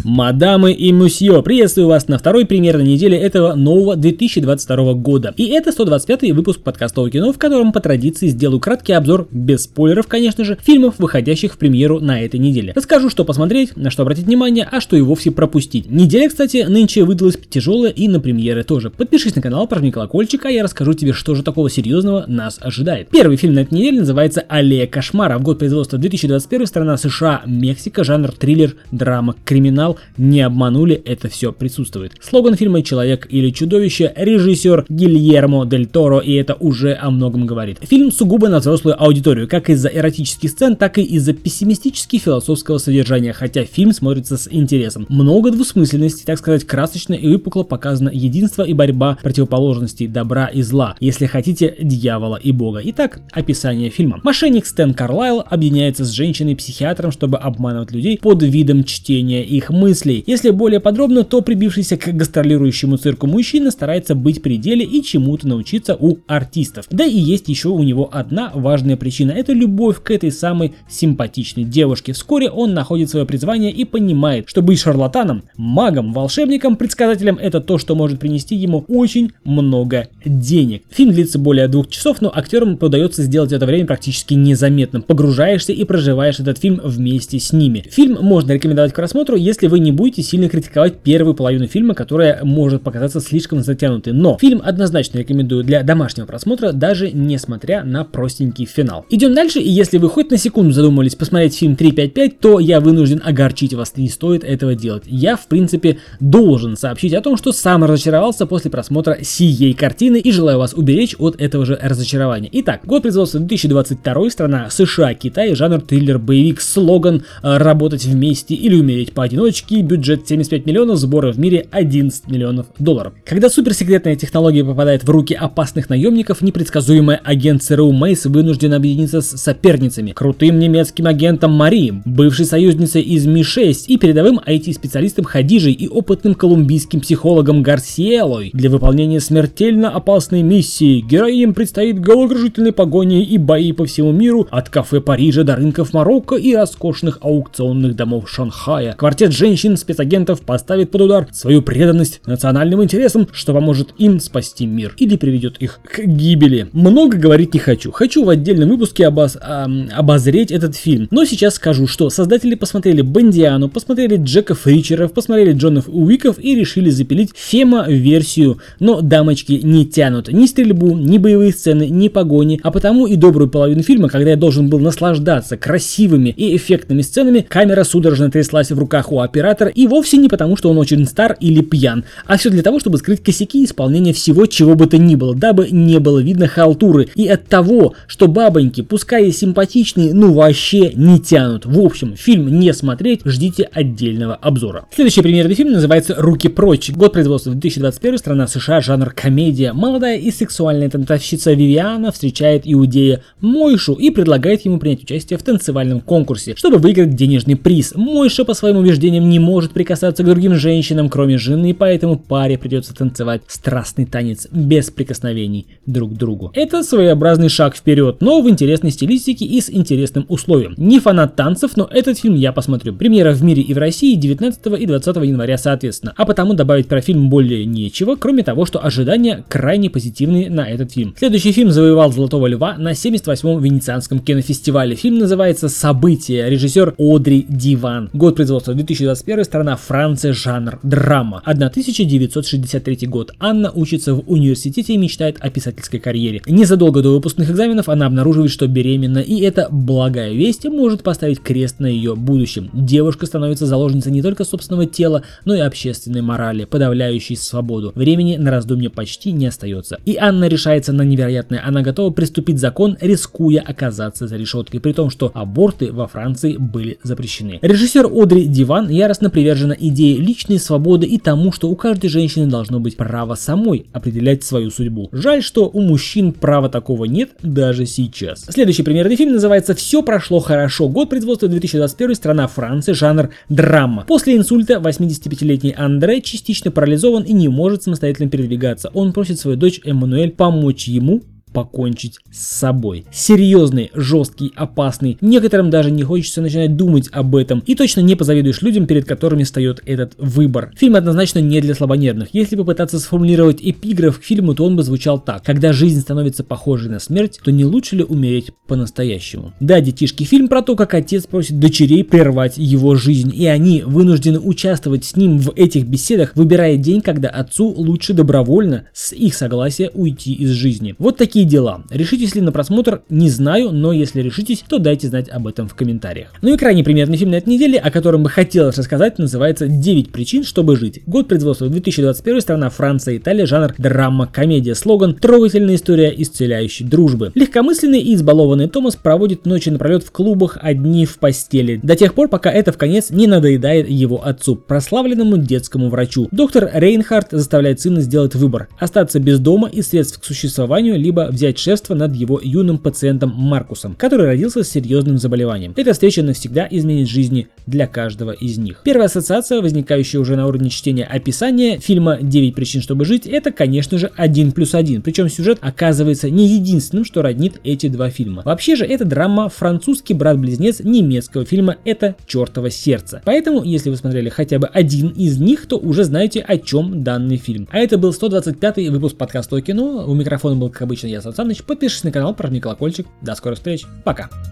Мадамы и мусье, приветствую вас на второй премьерной неделе этого нового 2022 года. И это 125-й выпуск подкаста о кино, в котором по традиции сделаю краткий обзор, без спойлеров, конечно же, фильмов, выходящих в премьеру на этой неделе. Расскажу, что посмотреть, на что обратить внимание, а что и вовсе пропустить. Неделя, кстати, нынче выдалась тяжелая и на премьеры тоже. Подпишись на канал, прожми колокольчик, а я расскажу тебе, что же такого серьезного нас ожидает. Первый фильм на этой неделе называется «Аллея кошмара». В год производства 2021, страна США, Мексика, жанр триллер, драма, криминал. Не обманули, это все присутствует. Слоган фильма «Человек или чудовище», режиссер Гильермо Дель Торо, и это уже о многом говорит. Фильм сугубо на взрослую аудиторию, как из-за эротических сцен, так и из-за пессимистически философского содержания, хотя фильм смотрится с интересом. Много двусмысленности, так сказать, красочно и выпукло показано единство и борьба противоположностей добра и зла, если хотите, дьявола и бога. Итак, описание фильма. Мошенник Стэн Карлайл объединяется с женщиной-психиатром, чтобы обманывать людей под видом чтения их мыслей. Если более подробно, то прибившийся к гастролирующему цирку мужчина старается быть при деле и чему-то научиться у артистов. Да и есть еще у него одна важная причина – это любовь к этой самой симпатичной девушке. Вскоре он находит свое призвание и понимает, что быть шарлатаном, магом, волшебником, предсказателем – это то, что может принести ему очень много денег. Фильм длится более 2 часов, но актерам удается сделать это время практически незаметным. Погружаешься и проживаешь этот фильм вместе с ними. Фильм можно рекомендовать к просмотру, если вы не будете сильно критиковать первую половину фильма, которая может показаться слишком затянутой. Но фильм однозначно рекомендую для домашнего просмотра, даже несмотря на простенький финал. Идем дальше, и если вы хоть на секунду задумались посмотреть фильм 355, то я вынужден огорчить вас, не стоит этого делать. Я, в принципе, должен сообщить о том, что сам разочаровался после просмотра сией картины и желаю вас уберечь от этого же разочарования. Итак, год производства 2022, страна США, Китай, жанр триллер-боевик, слоган «Работать вместе или умереть поодиночке», бюджет 75 миллионов, сборы в мире 11 миллионов долларов. Когда суперсекретная технология попадает в руки опасных наемников, непредсказуемый агент ЦРУ Мейс вынужден объединиться с соперницами, крутым немецким агентом Мари, бывшей союзницей из Ми-6 и передовым IT-специалистом Хадижей и опытным колумбийским психологом Гарсиелой. Для выполнения смертельно опасной миссии героиням предстоит головокружительные погони и бои по всему миру, от кафе Парижа до рынков Марокко и роскошных аукционных домов Шанхая. Квартет женщин-спецагентов поставит под удар свою преданность национальным интересам, что поможет им спасти мир или приведет их к гибели. Много говорить не хочу. Хочу в отдельном выпуске обозреть этот фильм. Но сейчас скажу, что создатели посмотрели Бондиану, посмотрели Джека Фричера, посмотрели Джона Уиков и решили запилить фема-версию. Но дамочки не тянут ни стрельбу, ни боевые сцены, ни погони, а потому и добрую половину фильма, когда я должен был наслаждаться красивыми и эффектными сценами, камера судорожно тряслась в руках у оператора, и вовсе не потому, что он очень стар или пьян, а все для того, чтобы скрыть косяки исполнения всего, чего бы то ни было, дабы не было видно халтуры, и от того, что бабоньки, пускай и симпатичные, ну вообще не тянут. В общем, фильм не смотреть, ждите отдельного обзора. Следующий премьерный фильм называется «Руки прочь». Год производства 2021, страна США, жанр комедия. Молодая и сексуальная танцовщица Вивиана встречает иудея Мойшу и предлагает ему принять участие в танцевальном конкурсе, чтобы выиграть денежный приз. Мойша по своим убеждениям не может прикасаться к другим женщинам, кроме жены, поэтому паре придется танцевать страстный танец без прикосновений друг к другу. Это своеобразный шаг вперед, но в интересной стилистике и с интересным условием. Не фанат танцев, но этот фильм я посмотрю. Премьера в мире и в России 19 и 20 января соответственно, а потому добавить про фильм более нечего, кроме того, что ожидания крайне позитивные на этот фильм. Следующий фильм завоевал Золотого Льва на 78-м Венецианском кинофестивале. Фильм называется «События», режиссер Одри Диван. Год производства 2021, страна Франция, жанр драма. 1963 год. Анна учится в университете и мечтает о писательской карьере. Незадолго до выпускных экзаменов она обнаруживает, что беременна, и эта благая весть может поставить крест на ее будущем. Девушка становится заложницей не только собственного тела, но и общественной морали, подавляющей свободу. Времени на раздумье почти не остается. И Анна решается на невероятное. Она готова приступить закон, рискуя оказаться за решеткой, при том, что аборты во Франции были запрещены. Режиссер Одри Диван яростно привержена идее личной свободы и тому, что у каждой женщины должно быть право самой определять свою судьбу. Жаль, что у мужчин права такого нет даже сейчас. Следующий премьерный фильм называется «Все прошло хорошо». Год производства 2021, страна Франция, жанр драма. После инсульта 85-летний Андре частично парализован и не может самостоятельно передвигаться. Он просит свою дочь Эммануэль помочь ему покончить с собой. Серьезный, жесткий, опасный. Некоторым даже не хочется начинать думать об этом. И точно не позавидуешь людям, перед которыми встает этот выбор. Фильм однозначно не для слабонервных. Если попытаться сформулировать эпиграф к фильму, то он бы звучал так: когда жизнь становится похожей на смерть, то не лучше ли умереть по-настоящему? Да, детишки, фильм про то, как отец просит дочерей прервать его жизнь, и они вынуждены участвовать с ним в этих беседах, выбирая день, когда отцу лучше добровольно, с их согласия, уйти из жизни. Вот такие дела. Решитесь ли на просмотр, не знаю, но если решитесь, то дайте знать об этом в комментариях. Ну и крайне примерный фильм на этой неделе, о котором бы хотелось рассказать, называется «9 причин, чтобы жить». Год производства 2021, страна Франция, Италия, жанр драма-комедия. Слоган: трогательная история исцеляющей дружбы. Легкомысленный и избалованный Томас проводит ночи напролет в клубах, одни в постели, до тех пор, пока это вконец не надоедает его отцу, прославленному детскому врачу. Доктор Рейнхард заставляет сына сделать выбор: остаться без дома и средств к существованию, либо взять шефство над его юным пациентом Маркусом, который родился с серьезным заболеванием. Эта встреча навсегда изменит жизни для каждого из них. Первая ассоциация, возникающая уже на уровне чтения описания фильма «9 причин, чтобы жить», это, конечно же, 1+1. Причем сюжет оказывается не единственным, что роднит эти два фильма. Вообще же это драма французский брат-близнец немецкого фильма «Это чертово сердце». Поэтому, если вы смотрели хотя бы один из них, то уже знаете, о чем данный фильм. А это был 125-й выпуск подкаста о кино. У микрофона был, как обычно, я, Сан Саныч. Подпишись на канал, прожми колокольчик. До скорых встреч. Пока.